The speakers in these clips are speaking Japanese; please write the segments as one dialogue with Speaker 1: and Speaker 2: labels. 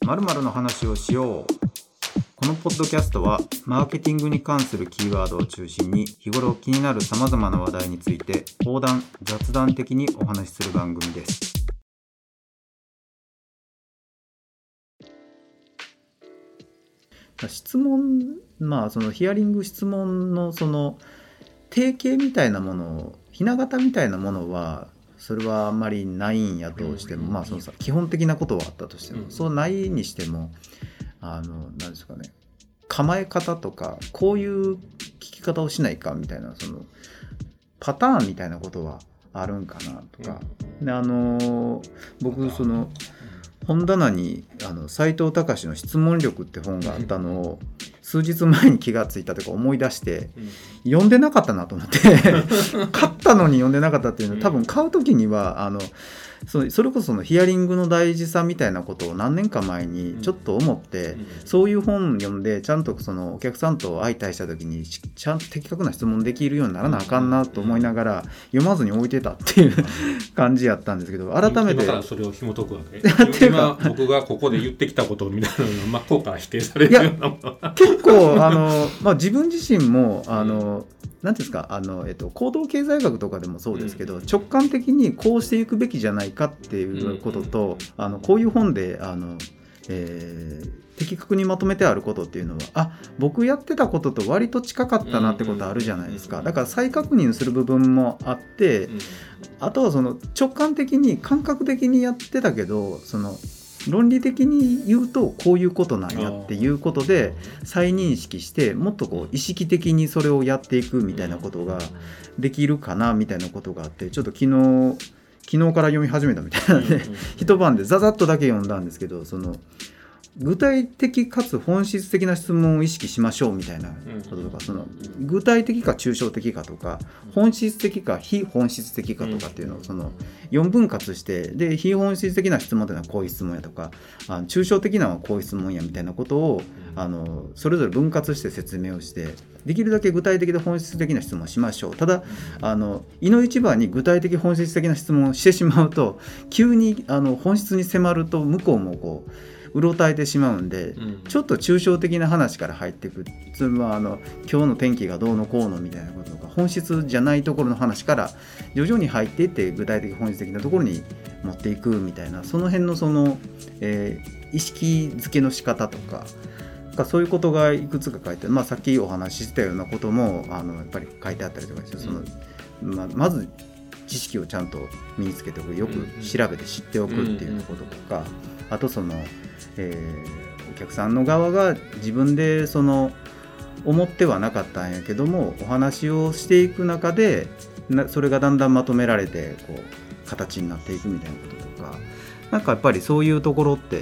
Speaker 1: 〇〇の話をしよう。このポッドキャストはマーケティングに関するキーワードを中心に日頃気になるさまざまな話題について横断雑談的にお話しする番組です。質問、そのヒアリング質問のその定型みたいなものを、ひな形みたいなものはそれはあんまりないんやとしても、その基本的なことはあったとしても、そうないにしても何ですかね、構え方とかこういう聞き方をしないかみたいな、そのパターンみたいなことはあるんかなとか、で僕その本棚に斉藤隆の質問力って本があったのを数日前に気がついたというか思い出して読んでなかったなと思って買ったのに読んでなかったっていうのは、多分買う時にはそれこそそのヒアリングの大事さみたいなことを何年か前にちょっと思って、そういう本読んでちゃんとそのお客さんと相対した時にちゃんと的確な質問できるようにならなあかんなと思いながら読まずに置いてたっていう感じやったんで
Speaker 2: す
Speaker 1: けど、改めて
Speaker 2: 今からそれを紐解くわけ今僕がここで言ってきたことみたいなのが真っ向から否定されるようなもの
Speaker 1: 結構自分自身もなんていうんですか、行動経済学とかでもそうですけど、直感的にこうしていくべきじゃないかっていうことと、こういう本で的確にまとめてあることっていうのは僕やってたことと割と近かったなってことあるじゃないですか。だから再確認する部分もあって、あとはその直感的に感覚的にやってたけど、その論理的に言うとこういうことなんやっていうことで再認識して、もっとこう意識的にそれをやっていくみたいなことができるかなみたいなことがあって、ちょっと昨日から読み始めたみたいなんで一晩でザザッとだけ読んだんですけど、その具体的かつ本質的な質問を意識しましょうみたいなこととか、その具体的か抽象的かとか本質的か非本質的かとかっていうのをその4分割して、で非本質的な質問というのはこういう質問やとか、抽象的なのはこういう質問やみたいなことをそれぞれ分割して説明をして、できるだけ具体的で本質的な質問をしましょう。ただいの一番に具体的本質的な質問をしてしまうと、急に本質に迫ると向こうもこううろたえてしまうんで、ちょっと抽象的な話から入っていく。つまり今日の天気がどうのこうのみたいなこととか、本質じゃないところの話から徐々に入っていって具体的本質的なところに持っていくみたいな、その辺のその、意識づけの仕方とかそういうことがいくつか書いて、さっきお話ししたようなこともやっぱり書いてあったりとかして、そのまず知識をちゃんと身につけておく、よく調べて知っておくっていうこととか、あとそのお客さんの側が自分でその思ってはなかったんやけども、お話をしていく中でそれがだんだんまとめられてこう形になっていくみたいなこととか、なんかやっぱりそういうところって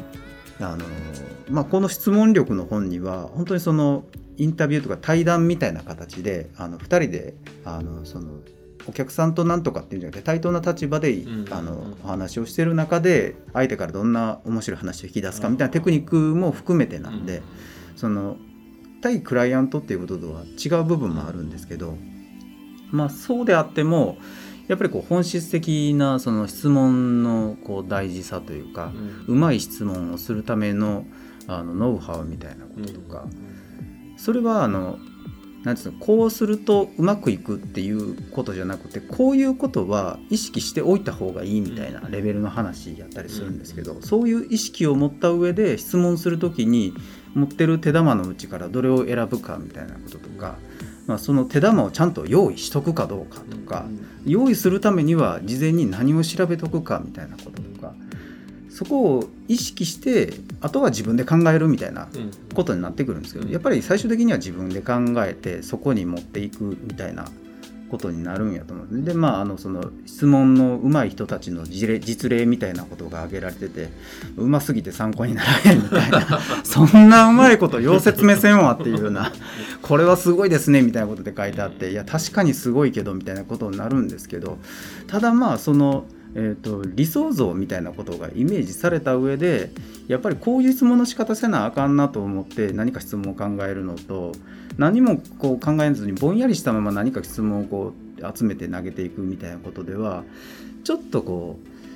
Speaker 1: この質問力の本には本当にそのインタビューとか対談みたいな形で2人でそのお客さんとなんとかっていうんじゃなくて対等な立場でお話をしている中で相手からどんな面白い話を引き出すかみたいなテクニックも含めてなんで、その対クライアントっていうこととは違う部分もあるんですけど、そうであってもやっぱりこう本質的なその質問のこう大事さというか、うまい質問をするためのノウハウみたいなこととか、それはなんていうの、こうするとうまくいくっていうことじゃなくて、こういうことは意識しておいた方がいいみたいなレベルの話やったりするんですけど、そういう意識を持った上で質問するときに持ってる手玉のうちからどれを選ぶかみたいなこととか、その手玉をちゃんと用意しとくかどうかとか、用意するためには事前に何を調べとくかみたいなこととか、そこを意識してあとは自分で考えるみたいなことになってくるんですけど、やっぱり最終的には自分で考えてそこに持っていくみたいなことになるんやと思うんで、その質問の上手い人たちの実例みたいなことが挙げられてて、うますぎて参考にならへんみたいなそんなうまいことよう説明せんわっていうようなこれはすごいですねみたいなことで書いてあって、いや確かにすごいけどみたいなことになるんですけど、ただその理想像みたいなことがイメージされた上で、やっぱりこういう質問の仕方せなあかんなと思って何か質問を考えるのと、何もこう考えずにぼんやりしたまま何か質問をこう集めて投げていくみたいなことではちょっとこ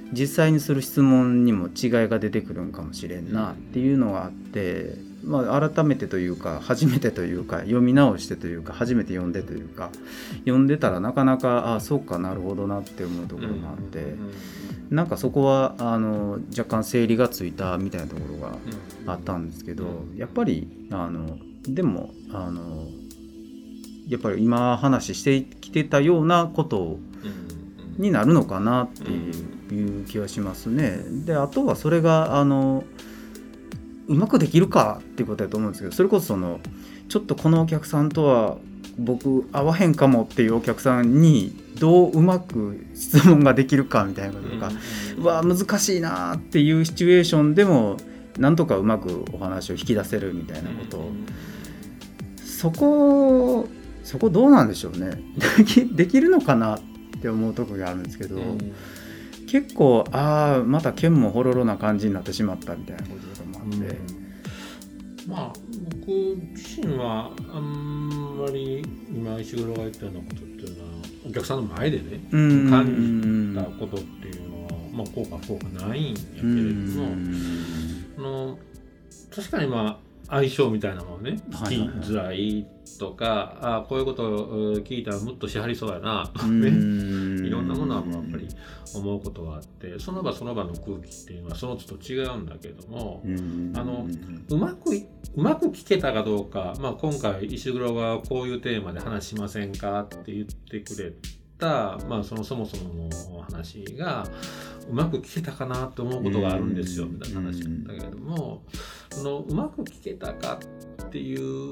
Speaker 1: 実際にする質問にも違いが出てくるんかもしれんなっていうのがあって、改めてというか初めてというか読み直してというか初めて読んでというか読んでたらなかなかそうかなるほどなって思うところがあって、なんかそこは若干整理がついたみたいなところがあったんですけど、やっぱりでもやっぱり今話してきてたようなことになるのかなっていう気はしますね。であとはそれがうまくできるかっていうことだと思うんですけど、それこそちょっとこのお客さんとは僕合わへんかもっていうお客さんにどううまく質問ができるかみたいなこととか、難しいなっていうシチュエーションでもなんとかうまくお話を引き出せるみたいなことを、そこどうなんでしょうねできるのかなって思うところがあるんですけど、結構また剣もほろろな感じになってしまったみたいなこととかもあって、
Speaker 2: 僕自身はあんまり今石黒が言ったようなことっていうのはお客さんの前でね感じたことっていうのはこうかないんやけれども、確かに相性みたいなものね聞きづらいとか、こういうことを聞いたらムッとしはりそうやなとかね、いろんなものはやっぱり思うことがあって、その場その場の空気っていうのはその都度違うんだけども、うまく聞けたかどうか、今回石黒がこういうテーマで話しませんかって言ってくれた、そもそものお話がうまく聞けたかなと思うことがあるんですよみたいな話なんだけれども、うまく聞けたかっていう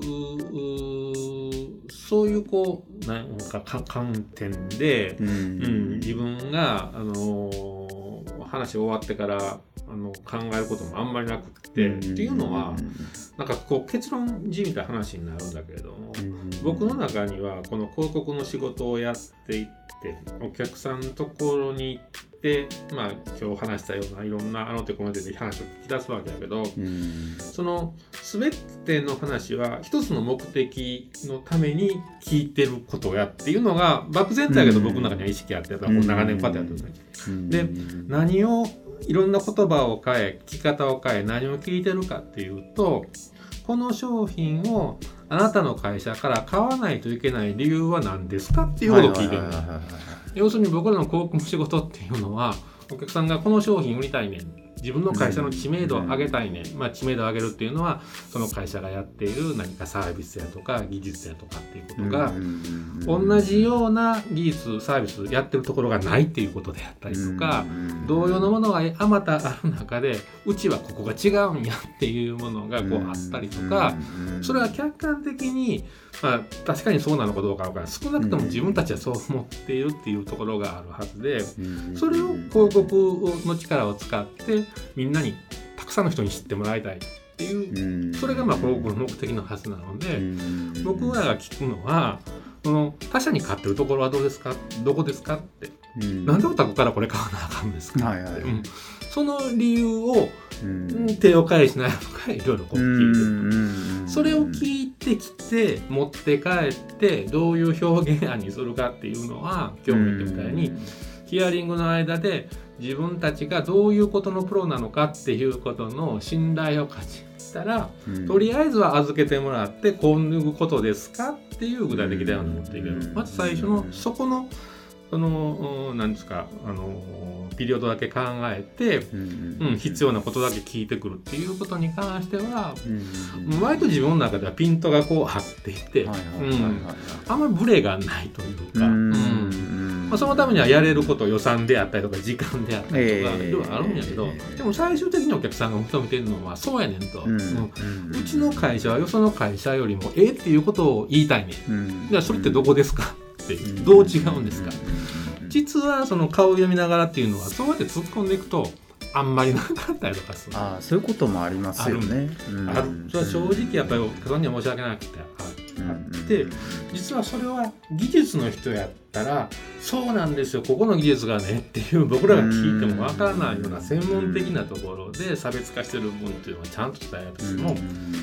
Speaker 2: そういうなんか観点で、自分が話終わってから考えることもあんまりなくってっていうのはなんか結論じみた話になるんだけれども、僕の中にはこの広告の仕事をやっていってお客さんのところに行って今日話したようないろんな手この手で話を聞き出すわけだけど、その全ての話は一つの目的のために聞いてることをやっていうのが漠然とやけど僕の中には意識あって長年こうやってやってるんですね。で何をいろんな言葉を変え聞き方を変え何を聞いてるかっていうと、この商品をあなたの会社から買わないといけない理由は何ですかっていうことを聞いてるんです。要するに僕らの広告の仕事っていうのはお客さんがこの商品売りたいねん、自分の会社の知名度を上げたいねん、知名度を上げるっていうのはその会社がやっている何かサービスやとか技術やとかっていうことが同じような技術サービスやってるところがないっていうことであったりとか、同様のものがあまたある中でうちはここが違うんやっていうものがあったりとか、それは客観的に確かにそうなのかどうかわからない、少なくとも自分たちはそう思っているっていうところがあるはずで、それを広告の力を使ってみんなにたくさんの人に知ってもらいたいっていう、それが広告の目的のはずなので、僕らが聞くのは他社に買ってるところはどうですか、どこですかって、なんでお宅からこれ買わなあかんですかって、その理由を手を返しないとかいろいろ聞いてる、それを聞いてきて持って帰ってどういう表現案にするかっていうのは今日も言ったみたいにヒアリングの間で自分たちがどういうことのプロなのかっていうことの信頼を勝ちたら、とりあえずは預けてもらってこういうことですかっていう具体的だように持っていける。まず最初のそこの何ですかピリオドだけ考えて、必要なことだけ聞いてくるっていうことに関しては、割と自分の中ではピントが張っていて、あんまりブレがないというか、そのためにはやれること予算であったりとか時間であったりとかいろいろあるんやけど、でも最終的にお客さんが求めてるのはそうやねんと、うちの会社はよその会社よりもっていうことを言いたいねん、じゃあそれってどこですかってどう違うんですか。実はその顔を読みながらっていうのはそうやって突っ込んでいくとあんまりなかったりとかする。
Speaker 1: そういうこともありますよね。
Speaker 2: それは正直やっぱりお客さんには申し訳なくてあって、実はそれは技術の人やったらそうなんですよここの技術がねっていう僕らが聞いてもわからないような専門的なところで差別化してる部分っていうのはちゃんと伝えられても、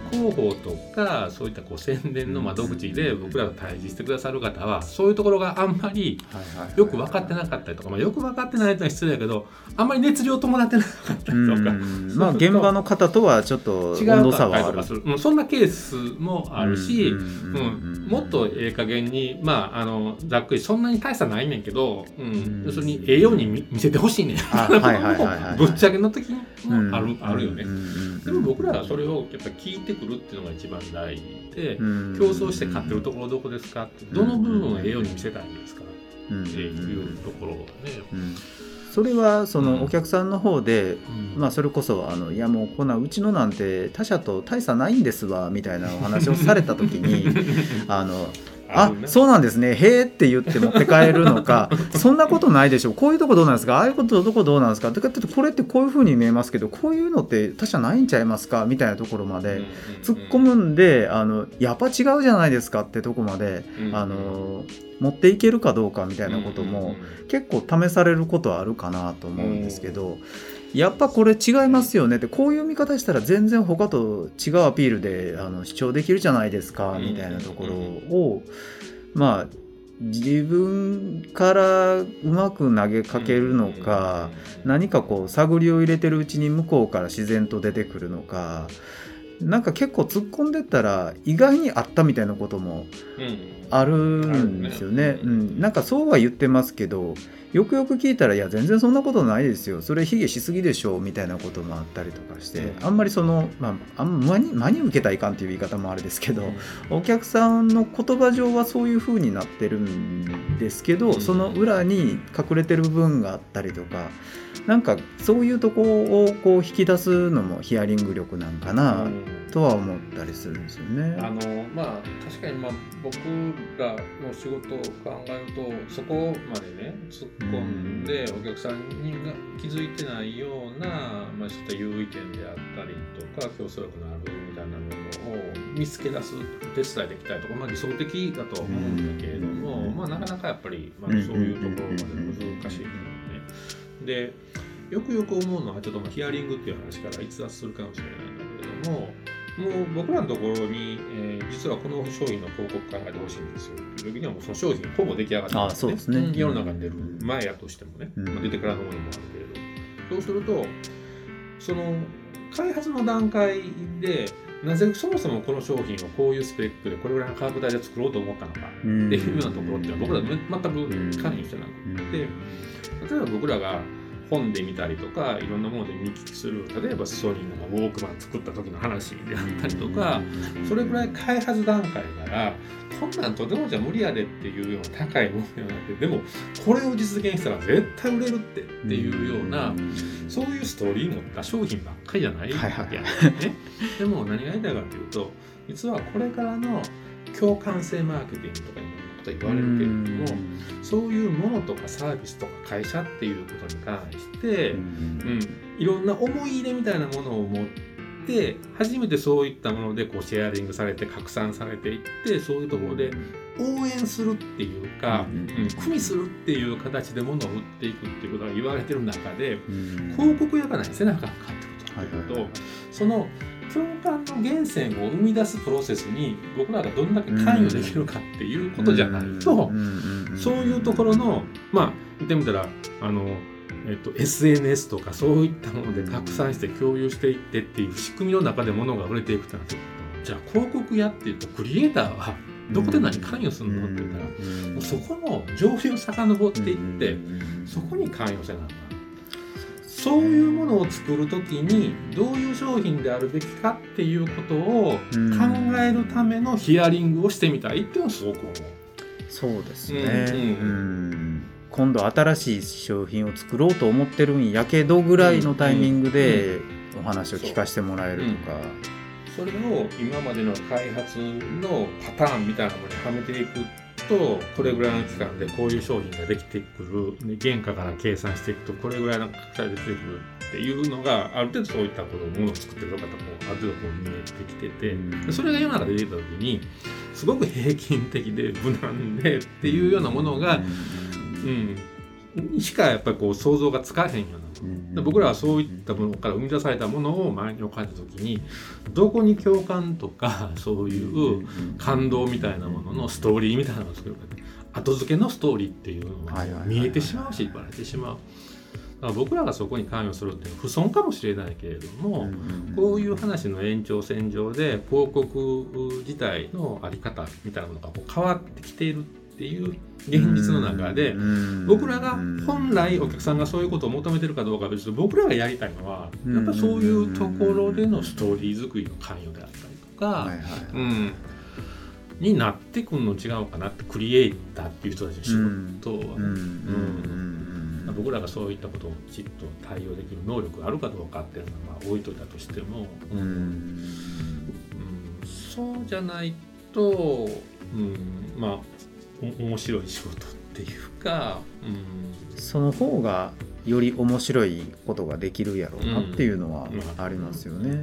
Speaker 2: 広報とかそういったこう宣伝の窓口で僕らと対峙してくださる方はそういうところがあんまりよく分かってなかったりとか、よく分かってないとは失礼だけどあんまり熱量伴ってなかったりとか、
Speaker 1: 現場の方とはちょっと温度差はある、
Speaker 2: そんなケースもあるし、もっとええ加減にざっくりそんなに大差ないねんけど、要するにええように見せてほしいねんぶっちゃけの時もあるよね。でも僕らはそれをやっぱ聞いてくるっていうのが一番大事で、競争して勝ってるところどこですかって、どの部分をええように見せたいんですかっていうところをね、
Speaker 1: それはそのお客さんの方で、それこそいやもううちのなんて他社と大差ないんですわみたいなお話をされた時にそうなんですねへーって言って持って帰るのかそんなことないでしょ、こういうとこどうなんですか、ああいうことどこどうなんですかってこれってこういう風に見えますけどこういうのって他社ないんちゃいますかみたいなところまで突っ込むんで、やっぱ違うじゃないですかってとこまで持っていけるかどうかみたいなことも結構試されることはあるかなと思うんですけど、やっぱこれ違いますよねって、こういう見方したら全然他と違うアピールで主張できるじゃないですかみたいなところを自分からうまく投げかけるのか、何かこう探りを入れてるうちに向こうから自然と出てくるのか、なんか結構突っ込んでったら意外にあったみたいなこともあるんですよね。なんかそうは言ってますけどよくよく聞いたらいや全然そんなことないですよ、それ卑下しすぎでしょみたいなこともあったりとかして、あんまりその真に受けたらいかんっていう言い方もあれですけど、お客さんの言葉上はそういう風になってるんですけど、その裏に隠れてる部分があったりとか、なんかそういうとこをこう引き出すのもヒアリング力なんかなとは思ったりするんですよね。
Speaker 2: 確かに僕らの仕事を考えるとそこまでね突っ込んでお客さんにが気づいてないような、ちょっと優位点であったりとか競争力のあるみたいなものを見つけ出す手伝いできたりとか、理想的だとは思うんだけれども、なかなかやっぱり、そういうところまで難しいよね。でよくよく思うのはちょっとヒアリングっていう話から逸脱するかもしれないんだけれども、もう僕らのところに、実はこの商品の広告考えてほしいんですよっていう時にはもうその商品ほぼ出来上がってるんですね。世の中に出る前やとしてもね、出てからのものもあるけれど、そうするとその開発の段階でなぜそもそもこの商品をこういうスペックでこれぐらいの価格帯で作ろうと思ったのかっていうようなところって僕ら全く関与してなくて、例えば僕らが本で見たりとかいろんなもので見聞きする、例えばソニーのウォークマン作った時の話であったりとか、それぐらい開発段階からこんなんとてもじゃ無理やでっていうような高いものではなくて、でもこれを実現したら絶対売れるっていうような、そういうストーリー持った商品ばっかりじゃないわけやね。でも何が言いたいかというと、実はこれからの共感性マーケティングとか言われるけれども、そういうものとかサービスとか会社っていうことに関して、いろんな思い入れみたいなものを持って初めてそういったものでこうシェアリングされて拡散されていって、そういうところで応援するっていうか、組みするっていう形で物を売っていくっていうことが言われてる中で、広告やか何せなあかんかってことと、その共感の源泉を生み出すプロセスに僕らがどんだけ関与できるかっていうことじゃないと、そういうところの言ってみたらSNS とかそういったもので拡散して共有していってっていう仕組みの中で物が売れていくってなってくると、じゃあ広告やっていうとクリエイターはどこで何関与するのって言ったら、もうそこの上流を遡っていってそこに関与せなあかん。そういうものを作るときにどういう商品であるべきかっていうことを考えるためのヒアリングをしてみたいっていうのはすごく思う。
Speaker 1: そうですね、今度新しい商品を作ろうと思ってるんやけどぐらいのタイミングでお話を聞かせてもらえるとか、
Speaker 2: それを今までの開発のパターンみたいなものにはめていくと、これぐらいの期間でこういう商品ができてくる、原価から計算していくとこれぐらいの価格で出てくるっていうのがある程度、そういったものを作ってる方もある程度こう見えてきてて、それが世の中で出てきた時にすごく平均的で無難でっていうようなものが、 しかやっぱりこう想像がつかへんような、僕らはそういったものから生み出されたものを前に置かれた時にどこに共感とかそういう感動みたいなもののストーリーみたいなのを作るか、後付けのストーリーっていうのは見えてしまうしバレてしまう。だから僕らがそこに関与するっていうのは不損かもしれないけれども、こういう話の延長線上で広告自体の在り方みたいなものがこう変わってきているっていう現実の中で、僕らが本来お客さんがそういうことを求めてるかどうかは別に、僕らがやりたいのはやっぱりそういうところでのストーリー作りの関与であったりとか、になってくるの違うかなって、クリエイターっていう人たちの仕事は、僕らがそういったことをきちっと対応できる能力があるかどうかっていうのはまあ置いといたとしても、そうじゃないと、まあ面白い仕事っていうか、
Speaker 1: その方がより面白いことができるやろうなっていうのはありますよね。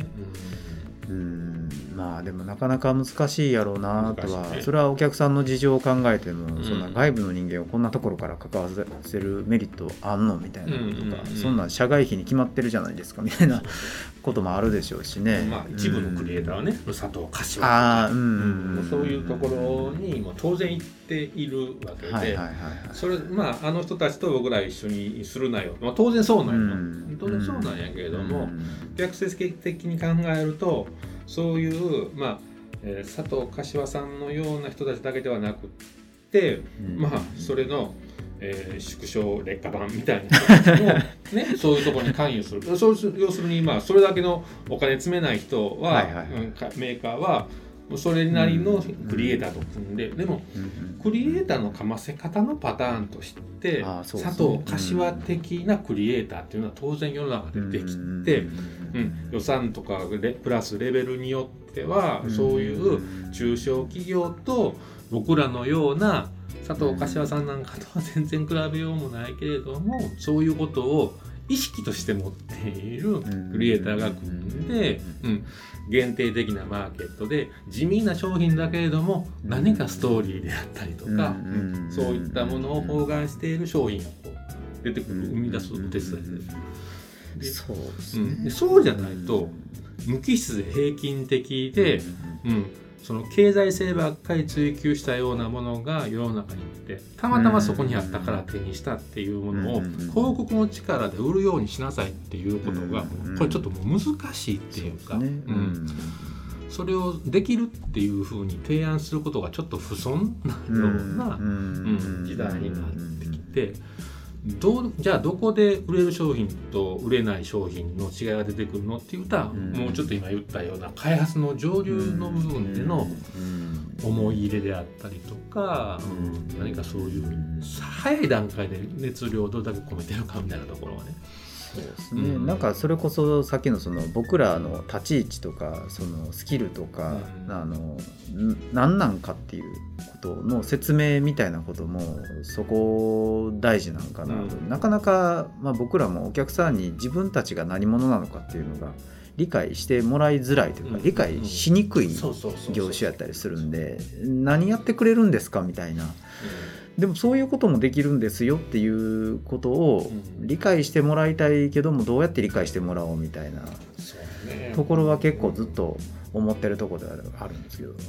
Speaker 1: まあでもなかなか難しいやろうなとは、それはお客さんの事情を考えても、そんな外部の人間をこんなところから関わらせるメリットあんのみたいなことか、そんな社外費に決まってるじゃないですかみたいなこともあるでしょうしね。
Speaker 2: まあ一部のクリエイターはね、佐藤柏とかそういうところにも当然行っているわけで、それまああの人たちと僕ら一緒にするなよ、まあ当然そうなんや、当然そうなんやけれども、逆説的に考えるとそういう、まあ佐藤柏さんのような人たちだけではなくて、まあそれの、縮小劣化版みたいな人たちも、ね、そういうところに関与する要するに、まあ、それだけのお金詰めない人は、メーカーはそれなりのクリエイターと組んで、でもクリエイターのかませ方のパターンとして佐藤柏的なクリエイターっていうのは当然世の中でできて、予算とかプラスレベルによってはそういう中小企業と僕らのような佐藤柏さんなんかとは全然比べようもないけれども、そういうことを意識として持っているクリエイターが組んで、限定的なマーケットで地味な商品だけれども何かストーリーであったりとか、そういったものを包含している商品がこう出てくる、生み出すお手伝いで、そうですね。そうじゃないと無機質で平均的で、その経済性ばっかり追求したようなものが世の中にあって、たまたまそこにあったから手にしたっていうものを広告の力で売るようにしなさいっていうことが、これちょっともう難しいっていうか、それをできるっていうふうに提案することがちょっと不損なような時代になってきて、じゃあどこで売れる商品と売れない商品の違いが出てくるのって言ったら、もうちょっと今言ったような開発の上流の部分での思い入れであったりとか、何かそういう早い段階で熱量をどれだけ込めてるかみたいなところはね。
Speaker 1: そうですね、なんかそれこそさっきのその僕らの立ち位置とかそのスキルとか、何なんかっていうことの説明みたいなこともそこ大事なのかなと、なかなか、僕らもお客さんに自分たちが何者なのかっていうのが理解してもらいづらいというか、理解しにくい業種やったりするんで、何やってくれるんですかみたいな、でもそういうこともできるんですよっていうことを理解してもらいたいけども、どうやって理解してもらおうみたいなところは結構ずっと思ってるところであるんですけど、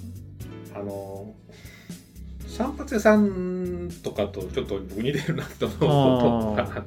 Speaker 2: 散髪屋さんとかとちょっと似てるなと思うことがあって、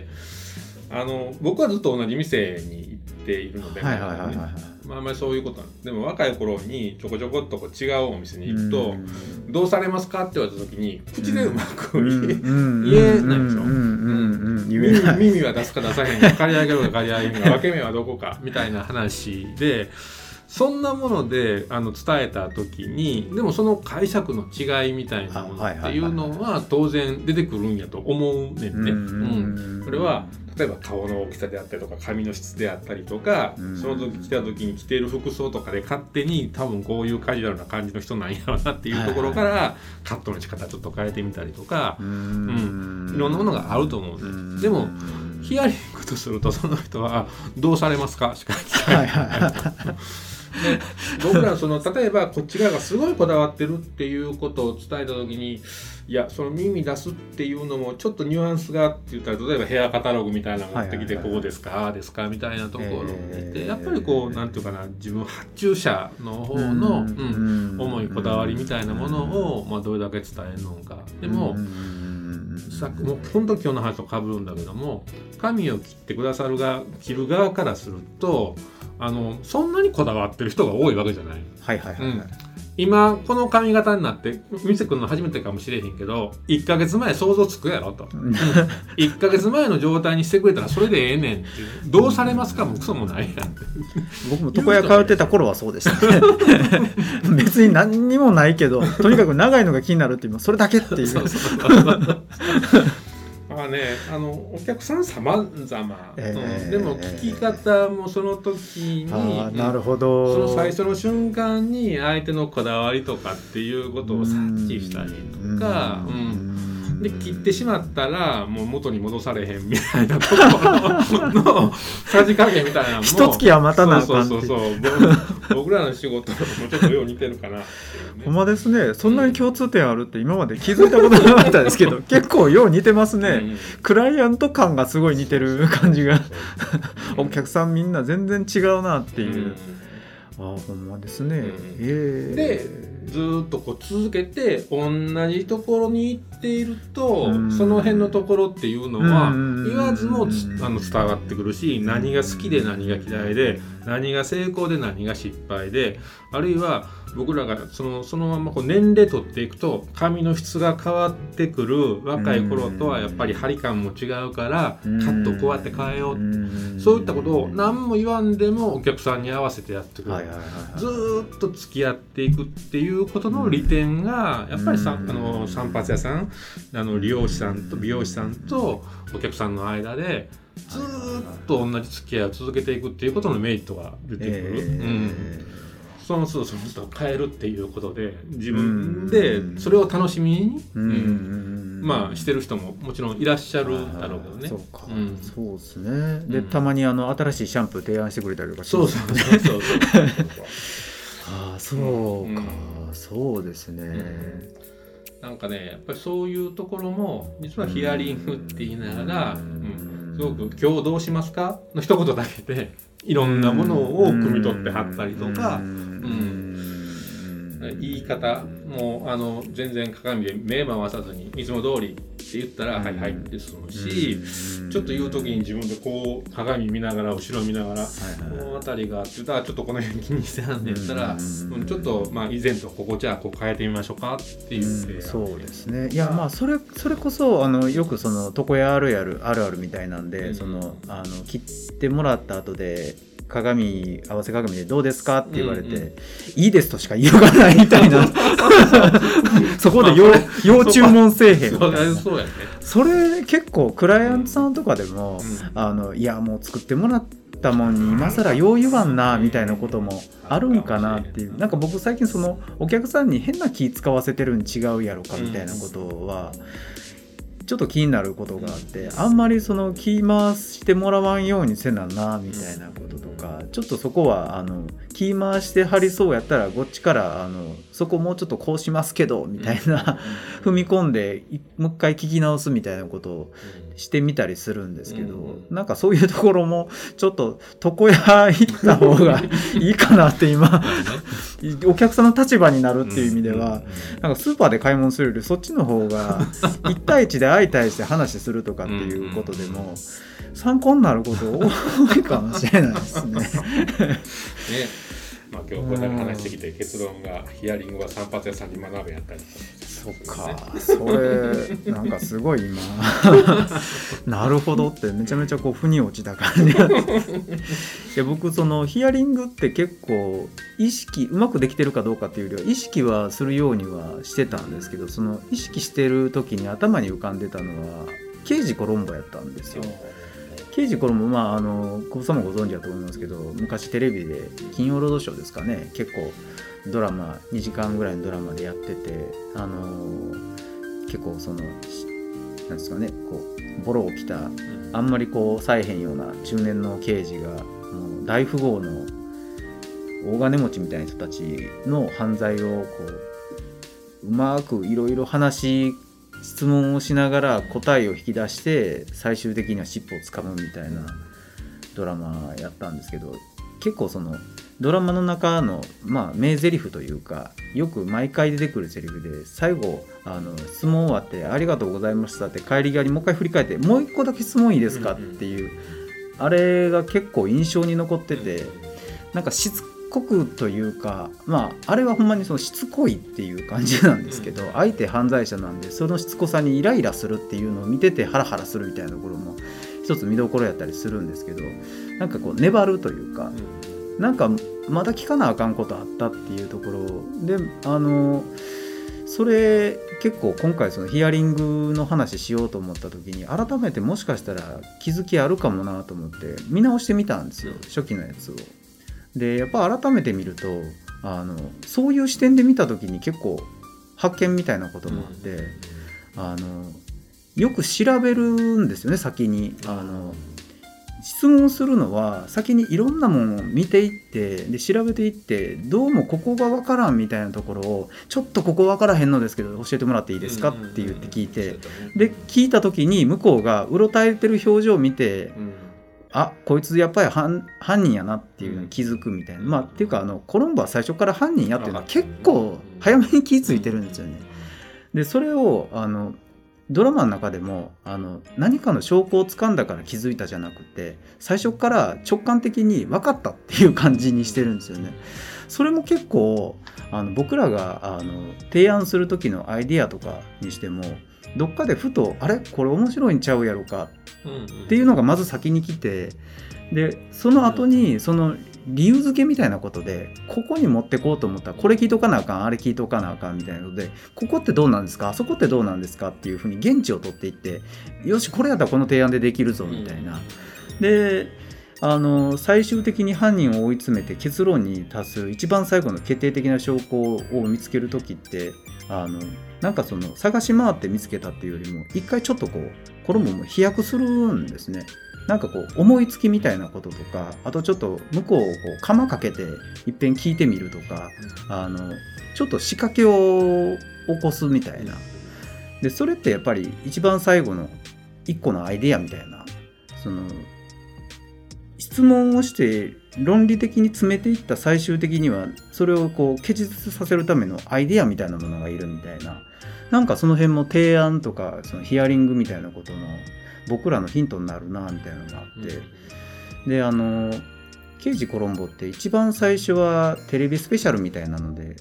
Speaker 2: 僕はずっと同じ店に行っているので、あんまりそういうことなんです。でも若い頃にちょこちょこっと違うお店に行くと、どうされますかって言われた時に口でうまく言えないでしょ。耳は出すか出さへんか、刈り上げるか刈り上げへんか、分け目はどこかみたいな話で、そんなもので伝えた時に、でもその解釈の違いみたいなものっていうのは当然出てくるんやと思うねんね。それは例えば顔の大きさであったりとか髪の質であったりとか、その時来た時に着ている服装とかで勝手に多分こういうカジュアルな感じの人なんやろうなっていうところからカットの仕方ちょっと変えてみたりとか、いろんなものがあると思うんです。でもヒアリングとすると、その人はどうされますかしか聞かない。 僕ら例えばこっち側がすごいこだわってるっていうことを伝えた時に、いやその耳出すっていうのもちょっとニュアンスがって言ったら、例えばヘアカタログみたいなの持ってきて、こうですかああですかみたいなところで、やっぱりこうなんていうかな、自分発注者の方の思いこだわりみたいなものをどれだけ伝えるのか。でももう本当に今日の話と被るんだけども、髪を切ってくださる側、切る側からするとそんなにこだわってる人が多いわけじゃない。
Speaker 1: はいはいはい、はい、
Speaker 2: 今この髪型になって店来るの初めてかもしれへんけど、1ヶ月前想像つくやろと1ヶ月前の状態にしてくれたらそれでええねんっていう、どうされますかもクソもないやんって
Speaker 1: 僕も床屋通ってた頃はそうでしたね別に何にもないけど、とにかく長いのが気になるっていう、それだけっていう
Speaker 2: そうまあね、お客さん様々、でも聞き方もその時に、
Speaker 1: なるほど、
Speaker 2: その最初の瞬間に相手のこだわりとかっていうことを察知したりとか、で切ってしまったらもう元に戻されへんみたいなところのさじ加減みたいなのも
Speaker 1: 一月は待たなあかんって、
Speaker 2: そう僕らの仕事もちょっとよう似てるかなっていうね。
Speaker 1: ほんまですね。そんなに共通点あるって今まで気づいたことなかったですけど結構よう似てますね、クライアント感がすごい似てる感じがお客さんみんな全然違うなっていう、ほんまですね、
Speaker 2: でずっとこう続けて同じところに行っていると、その辺のところっていうのは言わずも伝わってくるし、何が好きで何が嫌いで、何が成功で何が失敗で、あるいは僕らがそのままこう年齢取っていくと髪の質が変わってくる。若い頃とはやっぱり張り感も違うからカットこうやって変えよう、そういったことを何も言わんでもお客さんに合わせてやってくる、ずーっと付き合っていくっていうことの利点がやっぱり散髪屋さん、理容師さんと美容師さんとお客さんの間でずーっと同じ付き合いを続けていくっていうことのメリットが出てくる、その都度その都度変えるっていうことで自分でそれを楽しみに、してる人ももちろんいらっしゃるだろうけどね。
Speaker 1: そうか、そうですね。でたまに新しいシャンプー提案してくれたりとかしますね。そうか、そうですね。
Speaker 2: なんかね、やっぱりそういうところも実はヒアリングって言いながら、すごく今日どうしますかの一言だけでいろんなものを汲み取ってはったりとか、言い方も全然鏡で目回さずにいつも通りって言ったらはいはいって済むし、ちょっと言う時に自分でこう鏡見ながら後ろ見ながら、この辺りがって言ったらちょっとこの辺気にしてはんねんったら、ちょっと以前とここじゃあこう変えてみましょうかっていう、
Speaker 1: そうですね。いやそれこそよく床屋あるあるみたいなんで、切ってもらった後で合わせ鏡でどうですかって言われて、いいですとしか言いようがないみたいなそこで要注文せえへんみたいな。
Speaker 2: そうやね。
Speaker 1: それ結構クライアントさんとかでも、いやもう作ってもらったもんに今更よう言わんなみたいなこともあるんかなっていう。なんか僕最近お客さんに変な気使わせてるん違うやろかみたいなことはちょっと気になることがあって、あんまり気回してもらわんようにせななみたいなこととか、ちょっとそこは気回してはりそうやったらこっちからそこもうちょっとこうしますけどみたいな踏み込んでもう一回聞き直すみたいなことをしてみたりするんですけど、なんかそういうところもちょっと床屋行った方がいいかなって今お客さんの立場になるっていう意味では、なんかスーパーで買い物するよりそっちの方が1対1で相対して話するとかっていうことでも参考になること多いかもしれないですね。
Speaker 2: 今日これだけ話してきて結論がヒアリングは散髪屋さんに学べやったりとか。
Speaker 1: そっか、それなんかすごい今なるほどってめちゃめちゃ腑に落ちた感じが僕ヒアリングって結構うまくできてるかどうかっていうよりは意識はするようにはしてたんですけど、意識してる時に頭に浮かんでたのは刑事コロンボやったんですよ。刑事コロンボ、久保さんもご存知だと思いますけど、昔テレビで金曜ロードショーですかね、結構ドラマ2時間ぐらいのドラマでやってて、結構なんですかね、ボロを着たあんまりさえへんような中年の刑事がもう大富豪の大金持ちみたいな人たちの犯罪をこううまくいろいろ質問をしながら答えを引き出して最終的には尻尾をつかむみたいなドラマやったんですけど、結構そのドラマの中の名台詞というかよく毎回出てくる台詞で、最後質問終わってありがとうございましたって帰り際にもう一回振り返ってもう一個だけ質問いいですかっていう、あれが結構印象に残ってて、なんかしつこくというか、あれはほんまにそのしつこいっていう感じなんですけど、相手犯罪者なんでそのしつこさにイライラするっていうのを見ててハラハラするみたいなところも一つ見どころやったりするんですけど、なんかこう粘るというか、なんかまだ聞かなあかんことあったっていうところで、それ結構今回そのヒアリングの話しようと思った時に改めてもしかしたら気づきあるかもなと思って見直してみたんですよ、初期のやつを。でやっぱ改めて見るとそういう視点で見た時に結構発見みたいなこともあって、よく調べるんですよね。先に質問するのは先にいろんなものを見ていってで調べていって、どうもここが分からんみたいなところをちょっとここ分からへんのですけど教えてもらっていいですかって言って聞いて、で聞いた時に向こうがうろたえてる表情を見て、あこいつやっぱり犯人やなっていうのに気づくみたいな、っていうかコロンボは最初から犯人やっていうのは結構早めに気づいてるんですよね。でそれをドラマの中でも何かの証拠をつかんだから気づいたじゃなくて、最初から直感的に分かったっていう感じにしてるんですよね。それも結構僕らが提案する時のアイディアとかにしてもどっかでふとあれこれ面白いんちゃうやろかっていうのがまず先に来て、でその後にその理由付けみたいなことでここに持ってこうと思ったらこれ聞いとかなあかんあれ聞いとかなあかんみたいなので、ここってどうなんですかあそこってどうなんですかっていうふうに現地を取っていって、よしこれやったらこの提案でできるぞみたいな。で最終的に犯人を追い詰めて結論に達する一番最後の決定的な証拠を見つけるときってなんかその探し回って見つけたっていうよりも一回ちょっとこうコロンボも飛躍するんですね。なんかこう思いつきみたいなこととか、あとちょっと向こうをこう釜かけていっぺん聞いてみるとか、ちょっと仕掛けを起こすみたいな。でそれってやっぱり一番最後の一個のアイデアみたいな、その質問をして論理的に詰めていった最終的にはそれをこう結実させるためのアイデアみたいなものがいるみたいな、なんかその辺も提案とかそのヒアリングみたいなことの僕らのヒントになるなみたいなのがあって、で刑事コロンボって一番最初はテレビスペシャルみたいなので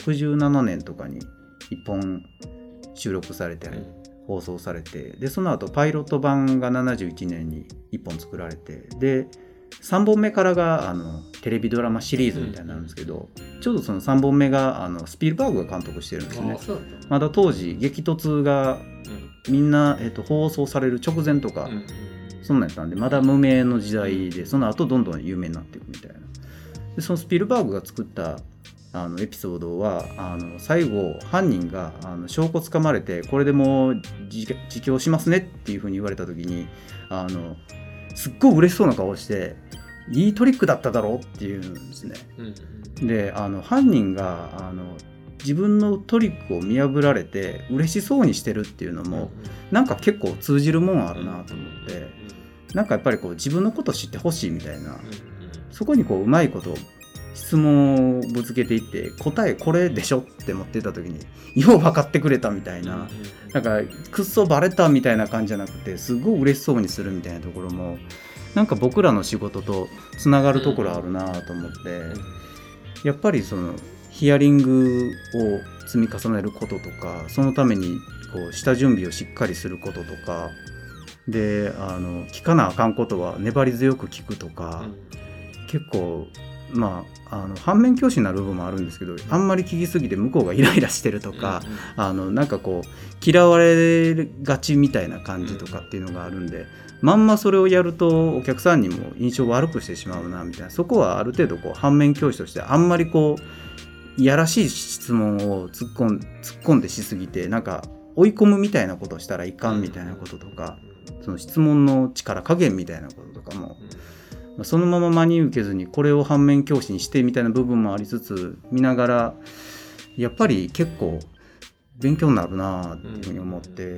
Speaker 1: 67年とかに1本収録されて放送されて、でその後パイロット版が71年に1本作られて、で3本目からがテレビドラマシリーズみたいになるんですけど、ちょうどその3本目がスピルバーグが監督してるんですね。まだ当時激突がみんな、放送される直前とか、そんなんやったんでまだ無名の時代で、その後どんどん有名になっていくみたいな。でそのスピルバーグが作ったエピソードは最後犯人が証拠つかまれてこれでもう自供しますねっていう風に言われた時にすっごい嬉しそうな顔をしていいトリックだっただろうっていうんですね。で犯人が自分のトリックを見破られて嬉しそうにしてるっていうのもなんか結構通じるもんあるなと思って、なんかやっぱりこう自分のこと知ってほしいみたいな、そこにこううまいこと質問をぶつけていって答えこれでしょって持ってた時によう分かってくれたみたいな、なんかくっそバレたみたいな感じじゃなくてすごい嬉しそうにするみたいなところもなんか僕らの仕事とつながるところあるなと思って、やっぱりそのヒアリングを積み重ねることとか、そのためにこう下準備をしっかりすることとかで聞かなあかんことは粘り強く聞くとか、結構反面教師になる部分もあるんですけど、あんまり聞きすぎて向こうがイライラしてるとか、なんかこう嫌われがちみたいな感じとかっていうのがあるんで、まんまそれをやるとお客さんにも印象を悪くしてしまうなみたいな、そこはある程度こう反面教師としてあんまりこういやらしい質問を突っ込んでしすぎてなんか追い込むみたいなことをしたらいかんみたいなこととか、その質問の力加減みたいなこととかもそのまま真に受けずにこれを反面教師にしてみたいな部分もありつつ見ながら、やっぱり結構勉強になるなっていうふうに思って、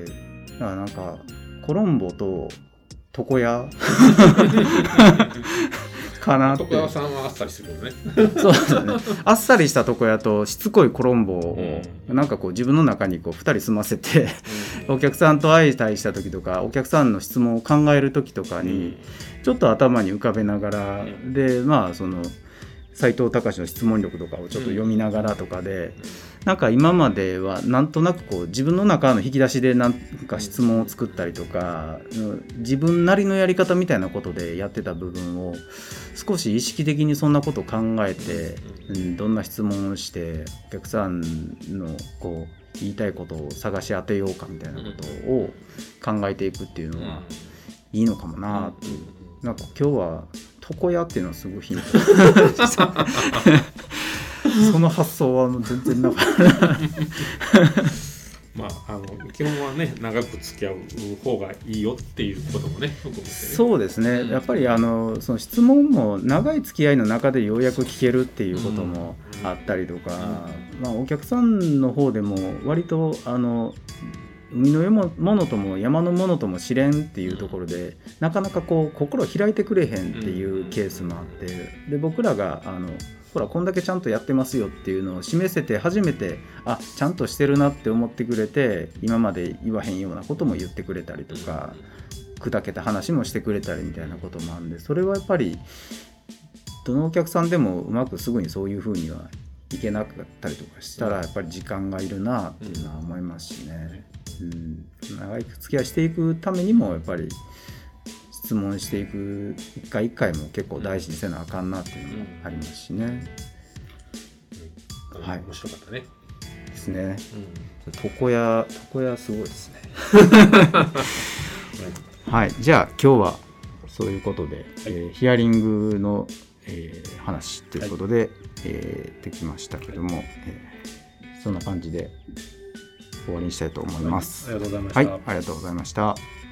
Speaker 1: だからなんかコロンボと床屋かなって。
Speaker 2: 床屋さんはあっさりするよね。
Speaker 1: そうですね。あっさりした床屋としつこいコロンボをなんかこう自分の中にこう2人住ませて、お客さんと相対した時とかお客さんの質問を考える時とかにちょっと頭に浮かべながら、でまあその斉藤隆の質問力とかをちょっと読みながらとかで、なんか今まではなんとなくこう自分の中の引き出しでなんか質問を作ったりとか、自分なりのやり方みたいなことでやってた部分を少し意識的にそんなことを考えて、どんな質問をしてお客さんのこう言いたいことを探し当てようかみたいなことを考えていくっていうのはいいのかもなっていう。なんか今日は床屋っていうのはすごいヒントその発想は全然なかった
Speaker 2: まあ、基本はね長く付き合う方がいいよっていうこともね含めてね。
Speaker 1: そうですね、やっぱりその質問も長い付き合いの中でようやく聞けるっていうこともあったりとか、まあ、お客さんの方でも割と海のものとも山のものとも知れんっていうところでなかなかこう心開いてくれへんっていうケースもあって、で僕らがほらこんだけちゃんとやってますよっていうのを示せて初めてちゃんとしてるなって思ってくれて、今まで言わへんようなことも言ってくれたりとか砕けた話もしてくれたりみたいなこともあるんで、それはやっぱりどのお客さんでもうまくすぐにそういう風にはいけなかったりとかしたらやっぱり時間がいるなっていうのは思いますしね、長い付き合いしていくためにもやっぱり質問していく一回一回も結構大事にせなあかんなっていうのもありますしね、
Speaker 2: はい、面白かったね
Speaker 1: ですね、床屋すごいですねはい、じゃあ今日はそういうことで、ヒアリングの、話ということで、できましたけども、そんな感じで終わりにしたいと思います。
Speaker 2: ありがとうございました。
Speaker 1: はい、ありがとうございました。